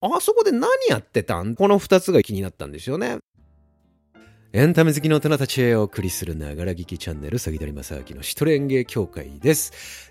あそこで何やってたん？この2つが気になったんですよね。エンタメ好きの大人たちへお送りするながら聞きチャンネル、サギダリマサアキのシトレンゲ協会です。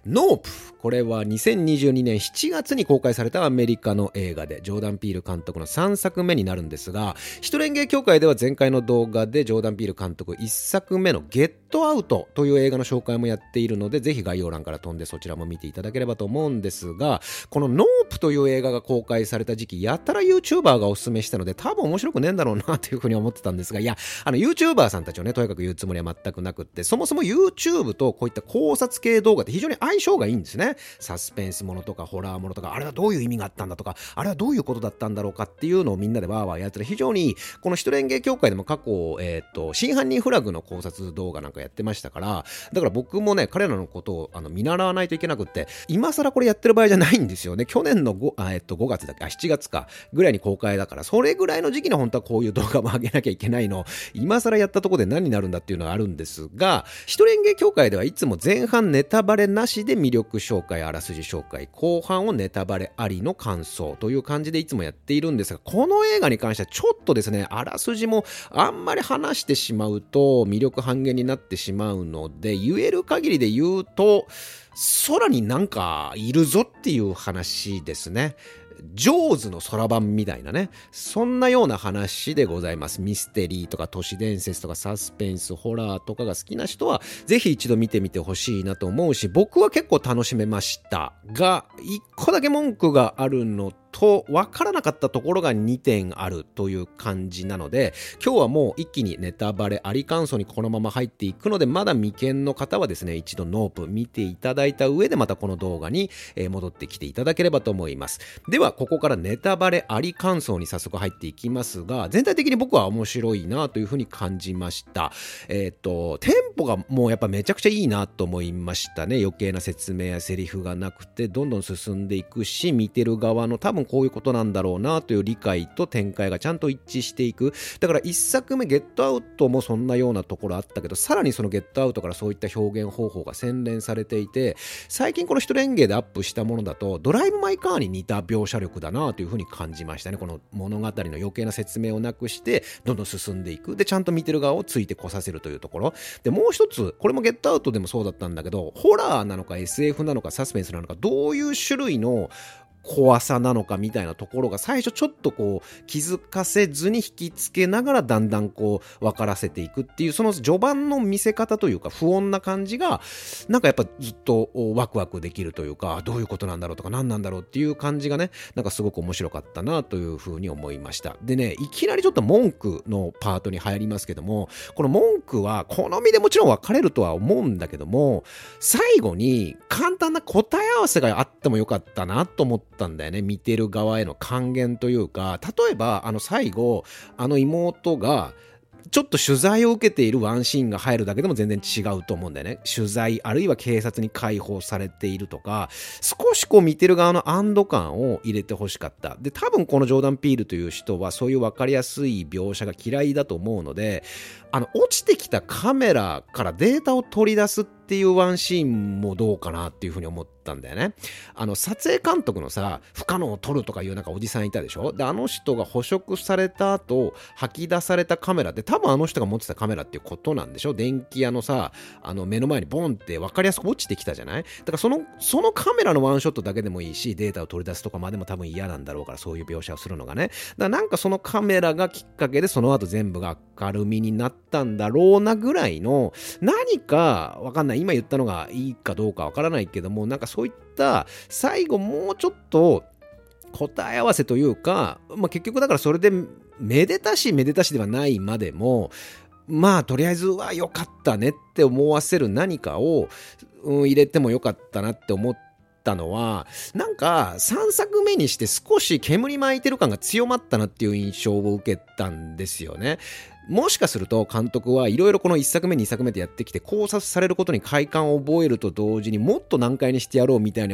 ノープ。これは2022年7月に公開されたアメリカの映画で、ジョーダン・ピール監督の3作目になるんですが、シトレンゲ協会では前回の動画でジョーダン・ピール監督1作目のゲットアウトという映画の紹介もやっているので、ぜひ概要欄から飛んでそちらも見ていただければと思うんですが、このノープという映画が公開された時期、やたら YouTuber がおすすめしたので、多分面白くねえんだろうなというふうに思ってたんですが、いや、YouTuber さんたちをね、とにかく言うつもりは全くなくって、そもそも YouTube とこういった考察系動画って非常に相性がいいんですね。サスペンスものとかホラーものとか、あれはどういう意味があったんだとか、あれはどういうことだったんだろうかっていうのをみんなでワーワーやってる非常にいい。このシトレンゲ協会でも過去、真犯人フラグの考察動画なんかやってましたから、だから僕もね、彼らのことを見習わないといけなくって、今更これやってる場合じゃないんですよね。去年の5月だっけ、7月かぐらいに公開だから、それぐらいの時期に本当はこういう動画も上げなきゃいけないの、今更やったところで何になるんだっていうのがあるんですが、シトレンゲ協会ではいつも前半ネタバレなしで魅力紹介、あらすじ紹介、後半をネタバレありの感想という感じでいつもやっているんですが、この映画に関してはちょっとですね、あらすじもあんまり話してしまうと魅力半減になってしまうので、言える限りで言うと、空になんかいるぞっていう話ですね。ジョーズの空版みたいなね、そんなような話でございます。ミステリーとか都市伝説とかサスペンス、ホラーとかが好きな人はぜひ一度見てみてほしいなと思うし、僕は結構楽しめましたが、一個だけ文句があるのと分からなかったところが2点あるという感じなので、今日はもう一気にネタバレあり感想にこのまま入っていくので、まだ未見の方はですね、一度ノープ見ていただいた上でまたこの動画に戻ってきていただければと思います。ではここからネタバレあり感想に早速入っていきますが、全体的に僕は面白いなというふうに感じました。テンポがもうやっぱめちゃくちゃいいなと思いましたね。余計な説明やセリフがなくてどんどん進んでいくし、見てる側の多分こういうことなんだろうなという理解と展開がちゃんと一致していく。だから一作目ゲットアウトもそんなようなところあったけど、さらにそのゲットアウトからそういった表現方法が洗練されていて、最近このシトレンゲでアップしたものだとドライブ・マイ・カーに似た描写力だなというふうに感じましたね。この物語の余計な説明をなくしてどんどん進んでいく。でちゃんと見てる側をついてこさせるというところで、もう一つこれもゲットアウトでもそうだったんだけど、ホラーなのか SF なのかサスペンスなのか、どういう種類の怖さなのかみたいなところが最初ちょっとこう気づかせずに引きつけながらだんだんこう分からせていくっていう、その序盤の見せ方というか不穏な感じがなんかやっぱずっとワクワクできるというか、どういうことなんだろうとか何なんだろうっていう感じがね、なんかすごく面白かったなというふうに思いました。でね、いきなりちょっと文句のパートに入りますけども、この文句は好みでもちろん分かれるとは思うんだけども、最後に簡単な答え合わせがあってもよかったなと思ったんだよね。見てる側への還元というか、例えば最後妹がちょっと取材を受けているワンシーンが入るだけでも全然違うと思うんだよね。取材あるいは警察に解放されているとか、少しこう見てる側の安堵感を入れてほしかった。で多分このジョーダン・ピールという人はそういう分かりやすい描写が嫌いだと思うので、落ちてきたカメラからデータを取り出すっていうワンシーンもどうかなっていうふうに思ったんだよね。撮影監督のさ、不可能を撮るとかいうなんかおじさんいたでしょ。であの人が捕食された後吐き出されたカメラって多分あの人が持ってたカメラっていうことなんでしょ。電気屋のさ、目の前にボンって分かりやすく落ちてきたじゃない。だからそのカメラのワンショットだけでもいいし、データを取り出すとかまでも多分嫌なんだろうから、そういう描写をするのがね。だからなんかそのカメラがきっかけでその後全部が明るみになったんだろうなぐらいの、何かわかんない、今言ったのがいいかどうかわからないけども、なんかそういった最後もうちょっと答え合わせというか、結局だからそれでめでたしめでたしではないまでも、とりあえずは良かったねって思わせる何かを、入れても良かったなって思ったのは、なんか3作目にして少し煙巻いてる感が強まったなっていう印象を受けたんですよね。もしかすると監督はいろいろこの1作目2作目でやってきて考察されることに快感を覚えると同時に、もっと難解にしてやろうみたいに思っ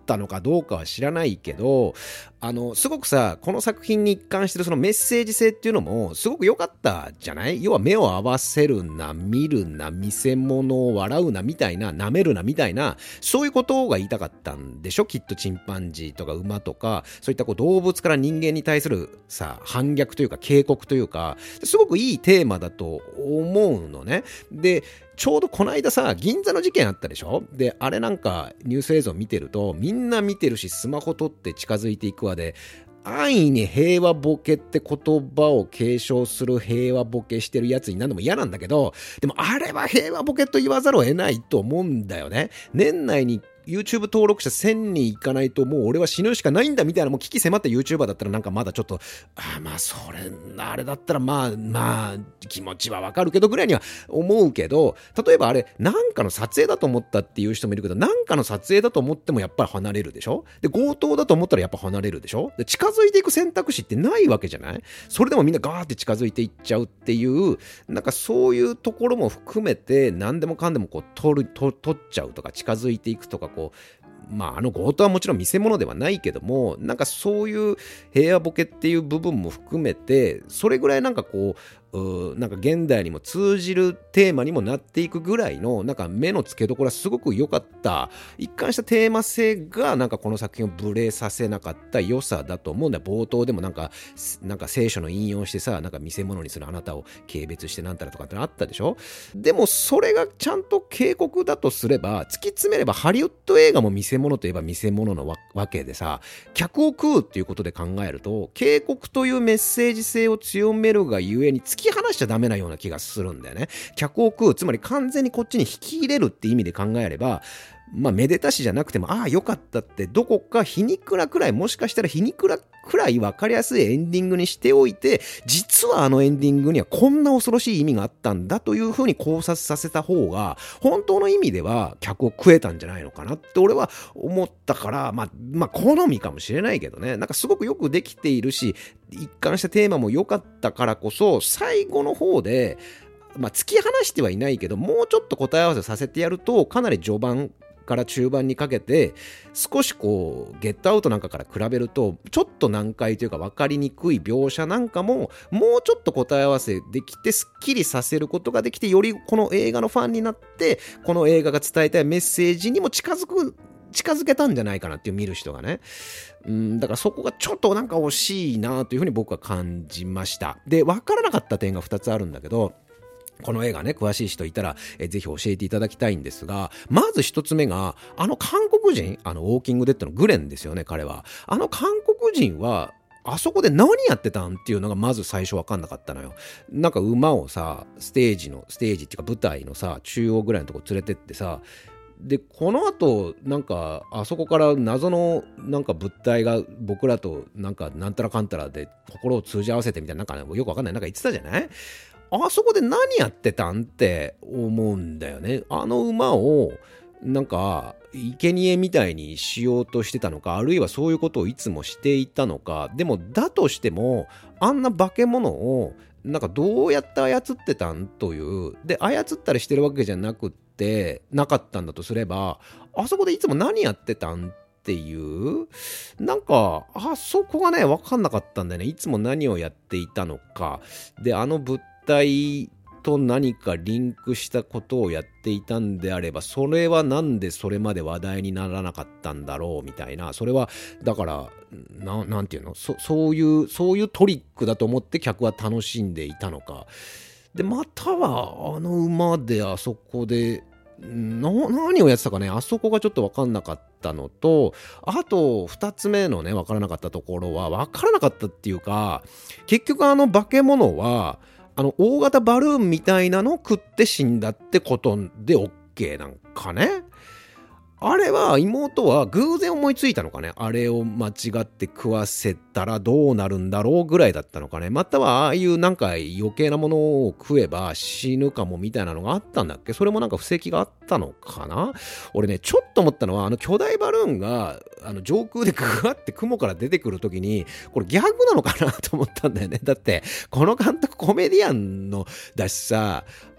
ったのかどうかは知らないけど、すごくさ、この作品に一貫してるそのメッセージ性っていうのもすごく良かったじゃない？要は目を合わせるな、見るな、見せ物を笑うなみたいな、舐めるなみたいな、そういうことが言いたかったんでしょ？きっとチンパンジーとか馬とか、そういったこう動物から人間に対するさ、反逆というか警告というか、すごくいいテーマだと思うのね。で、ちょうどこの間さ、銀座の事件あったでしょ？で、あれなんかニュース映像見てると、みんな見てるし、スマホ撮って近づいていくわで、安易に平和ボケって言葉を継承する平和ボケしてるやつになるのも嫌なんだけど、でもあれは平和ボケと言わざるを得ないと思うんだよね。年内にYouTube 登録者1000人いかないともう俺は死ぬしかないんだみたいな、もう危機迫った YouTuber だったらなんかまだちょっと、まあそれ、あれだったらまあ気持ちはわかるけどぐらいには思うけど、例えばあれなんかの撮影だと思ったっていう人もいるけど、なんかの撮影だと思ってもやっぱり離れるでしょ？で、強盗だと思ったらやっぱ離れるでしょ？で、近づいていく選択肢ってないわけじゃない？それでもみんなガーって近づいていっちゃうっていう、なんかそういうところも含めて何でもかんでもこう取っちゃうとか近づいていくとか、こう強盗はもちろん見せ物ではないけども、なんかそういう平和ボケっていう部分も含めて、それぐらいなんかこうなんか現代にも通じるテーマにもなっていくぐらいのなんか目の付けどころはすごく良かった、一貫したテーマ性がなんかこの作品をブレさせなかった良さだと思うんだよ。冒頭でもなんか聖書の引用してさ、なんか見せ物にするあなたを軽蔑してなんたらとかってのあったでしょ？でもそれがちゃんと警告だとすれば、突き詰めればハリウッド映画も見せ物といえば見せ物のわけでさ、客を食うっていうことで考えると、警告というメッセージ性を強めるがゆえに突き放しちゃダメなような気がするんだよね。客を食う、つまり完全にこっちに引き入れるって意味で考えれば、めでたしじゃなくても、よかったってどこか皮肉なくらい、もしかしたら皮肉なくらい分かりやすいエンディングにしておいて、実はあのエンディングにはこんな恐ろしい意味があったんだというふうに考察させた方が、本当の意味では客を食えたんじゃないのかなって俺は思ったから、好みかもしれないけどね、なんかすごくよくできているし、一貫したテーマも良かったからこそ、最後の方で突き放してはいないけど、もうちょっと答え合わせさせてやると、かなり序盤から中盤にかけて少しこうゲットアウトなんかから比べるとちょっと難解というか分かりにくい描写なんかももうちょっと答え合わせできてすっきりさせることができて、よりこの映画のファンになってこの映画が伝えたいメッセージにも近づけたんじゃないかなっていう、見る人がね。だからそこがちょっとなんか惜しいなというふうに僕は感じました。で、分からなかった点が2つあるんだけど、この映画ね、詳しい人いたらぜひ教えていただきたいんですが、まず一つ目が韓国人、ウォーキングデッドのグレンですよね。彼は韓国人はあそこで何やってたんっていうのがまず最初分かんなかったのよ。なんか馬をさ、ステージっていうか舞台のさ中央ぐらいのとこ連れてってさ、でこの後なんかあそこから謎のなんか物体が僕らとなんたらかんたらで心を通じ合わせてみたいな、なんかよくわかんないなんか言ってたじゃない？あそこで何やってたんって思うんだよね。あの馬をなんか生贄みたいにしようとしてたのか、あるいはそういうことをいつもしていたのか。でもだとしてもあんな化け物をなんかどうやって操ってたんという、で操ったりしてるわけじゃなかったんだとすれば、あそこでいつも何やってたんっていう、なんかあそこがね分かんなかったんだよね。いつも何をやっていたのかで、あの物体と何かリンクしたことをやっていたんであれば、それはなんでそれまで話題にならなかったんだろうみたいな。それはだからなんていうの、そういうトリックだと思って客は楽しんでいたのか。でまたはあの馬であそこで何をやってたかね、あそこがちょっと分かんなかったのと、あと2つ目のね分からなかったところは、分からなかったっていうか、結局化け物は大型バルーンみたいなのを食って死んだってことで OK なんかね。あれは妹は偶然思いついたのかね。あれを間違って食わせたらどうなるんだろうぐらいだったのかね。またはああいうなんか余計なものを食えば死ぬかもみたいなのがあったんだっけ。それもなんか布石があったのかな。俺ねちょっと思ったのは、巨大バルーンが上空でグワって雲から出てくるときに、これギャグなのかなと思ったんだよね。だってこの監督コメディアンのだしさ、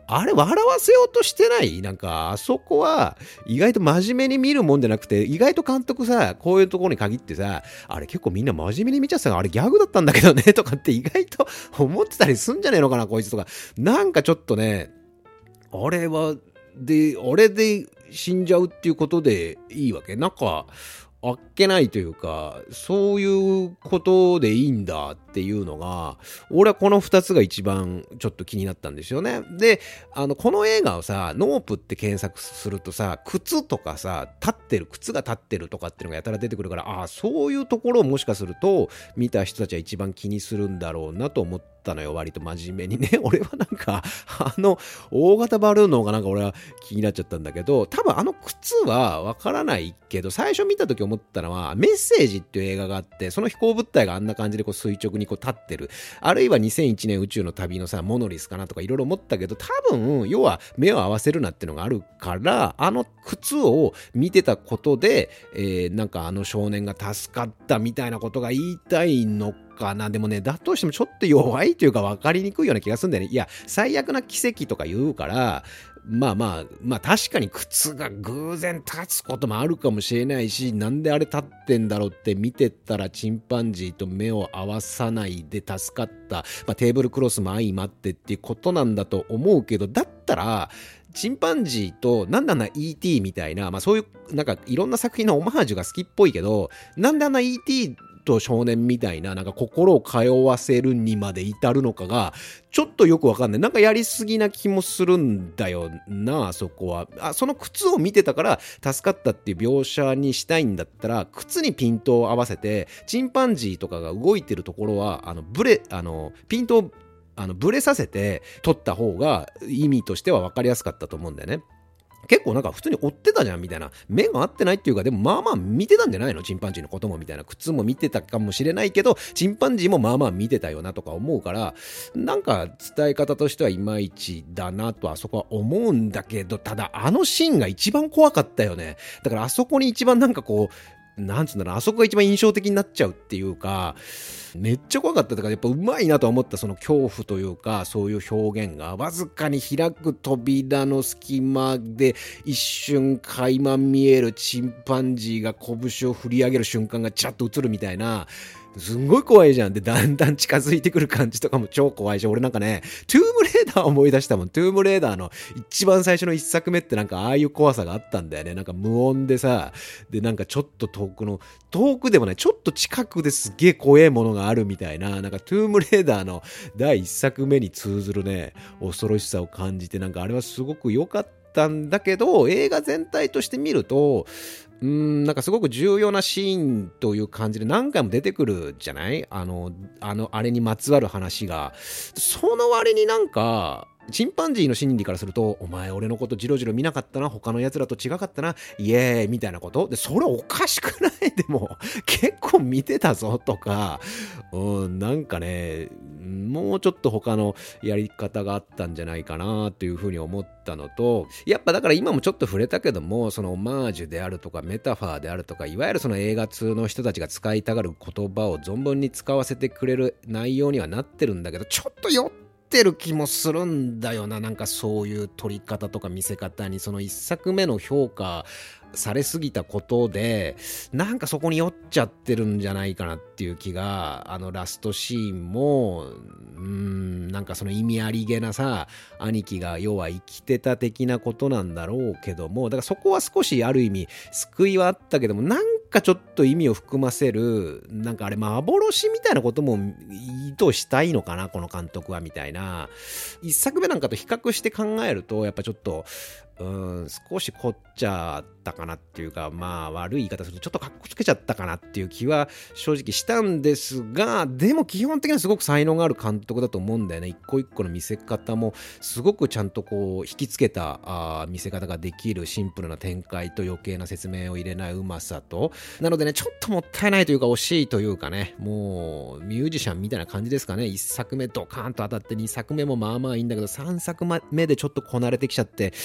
あれ笑わせようとしてない？なんか、あそこは意外と真面目に見るもんじゃなくて、意外と監督さ、こういうところに限ってさ、あれ結構みんな真面目に見ちゃってたから、あれギャグだったんだけどね、とかって意外と思ってたりすんじゃねえのかな、こいつとか。なんかちょっとね、あれで死んじゃうっていうことでいいわけ？なんか、あっけないというか、そういうことでいいんだっていうのが、俺はこの2つが一番ちょっと気になったんですよね。で、この映画をさ、ノープって検索するとさ、靴とかさ、靴が立ってるとかっていうのがやたら出てくるから、ああ、そういうところをもしかすると、見た人たちは一番気にするんだろうなと思ったのよ、割と真面目にね。俺はなんか、大型バルーンの方がなんか俺は気になっちゃったんだけど、多分靴はわからないけど、最初見た時思ったのは、メッセージっていう映画があって、その飛行物体があんな感じでこう垂直にこう立ってる。あるいは2001年宇宙の旅のさ、モノリスかなとかいろいろ思ったけど、多分、要は目を合わせるなっていうのがあるから、靴を見てたことで、なんか少年が助かったみたいなことが言いたいのかな。でもね、だとしてもちょっと弱いというか分かりにくいような気がするんだよね。いや、最悪な奇跡とか言うから、まあ確かに靴が偶然立つこともあるかもしれないし、なんであれ立ってんだろうって見てたらチンパンジーと目を合わさないで助かった、テーブルクロスも相まってっていうことなんだと思うけど、だったらチンパンジーとなんであんな E.T. みたいな、そういうなんかいろんな作品のオマージュが好きっぽいけど、なんであんな E.T. と少年みたいな、なんか心を通わせるにまで至るのかがちょっとよくわかんない。なんかやりすぎな気もするんだよな、そこは。その靴を見てたから助かったっていう描写にしたいんだったら、靴にピントを合わせてチンパンジーとかが動いてるところはピントをブレさせて撮った方が意味としては分かりやすかったと思うんだよね。結構なんか普通に追ってたじゃんみたいな、目が合ってないっていうか、でもまあまあ見てたんじゃないの、チンパンジーのこともみたいな。靴も見てたかもしれないけど、チンパンジーもまあまあ見てたよなとか思うから、なんか伝え方としてはいまいちだなとあそこは思うんだけど、ただシーンが一番怖かったよね。だからあそこに一番なんかこう、なんつうんだろう、あそこが一番印象的になっちゃうっていうか、めっちゃ怖かったとか、やっぱうまいなと思った。その恐怖というか、そういう表現がわずかに開く扉の隙間で一瞬垣間見えるチンパンジーが拳を振り上げる瞬間がチラッと映るみたいな、すんごい怖いじゃん。で、だんだん近づいてくる感じとかも超怖いし、俺なんかね、トゥームレーダー思い出したもん。トゥームレーダーの一番最初の一作目ってなんかああいう怖さがあったんだよね。なんか無音でさ、でなんかちょっと遠くでもね、ちょっと近くですげえ怖えものがあるみたいな、なんかトゥームレーダーの第一作目に通ずるね、恐ろしさを感じて、なんかあれはすごく良かったんだけど、映画全体として見ると、なんかすごく重要なシーンという感じで何回も出てくるじゃない？あれにまつわる話が。その割になんか、チンパンジーの心理からすると、お前俺のことジロジロ見なかったな、他の奴らと違かったな、イエーイみたいなことで、それおかしくない？でも結構見てたぞとか、なんかね、もうちょっと他のやり方があったんじゃないかなというふうに思ったのと、やっぱだから今もちょっと触れたけども、そのオマージュであるとかメタファーであるとか、いわゆるその映画通の人たちが使いたがる言葉を存分に使わせてくれる内容にはなってるんだけど、ちょっと酔ってる気もするんだよな。なんかそういう撮り方とか見せ方に、その一作目の評価されすぎたことで、なんかそこに酔っちゃってるんじゃないかなっていう気が、ラストシーンも、なんかその意味ありげなさ、兄貴が要は生きてた的なことなんだろうけども、だからそこは少しある意味救いはあったけども、なんかちょっと意味を含ませる、なんかあれ幻みたいなことも意図したいのかな、この監督はみたいな。一作目なんかと比較して考えると、やっぱちょっと少し凝っちゃったかなっていうか、悪い言い方するとちょっとかっこつけちゃったかなっていう気は正直したんですが、でも基本的にはすごく才能がある監督だと思うんだよね。一個一個の見せ方もすごくちゃんとこう引きつけた見せ方ができる、シンプルな展開と余計な説明を入れないうまさと、なのでね、ちょっともったいないというか惜しいというかね、もうミュージシャンみたいな感じですかね。1作目ドカーンと当たって、2作目もまあまあいいんだけど、3作目でちょっとこなれてきちゃって、で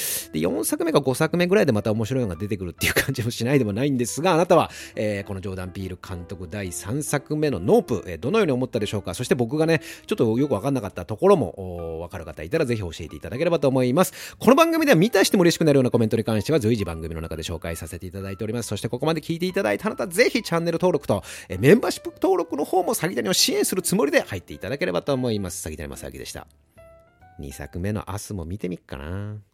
4作目か5作目ぐらいでまた面白いのが出てくるっていう感じもしないでもないんですが、あなたは、このジョーダン・ピール監督第3作目のノープ、どのように思ったでしょうか。そして僕がね、ちょっとよくわかんなかったところもわかる方いたらぜひ教えていただければと思います。この番組では見たしても嬉しくなるようなコメントに関しては随時番組の中で紹介させていただいております。そしてここまで聞いていただいたあなた、ぜひチャンネル登録とメンバーシップ登録の方も詐欺谷を支援するつもりで入っていただければと思います。詐欺谷正明でした。2作目の明日も見てみっかな。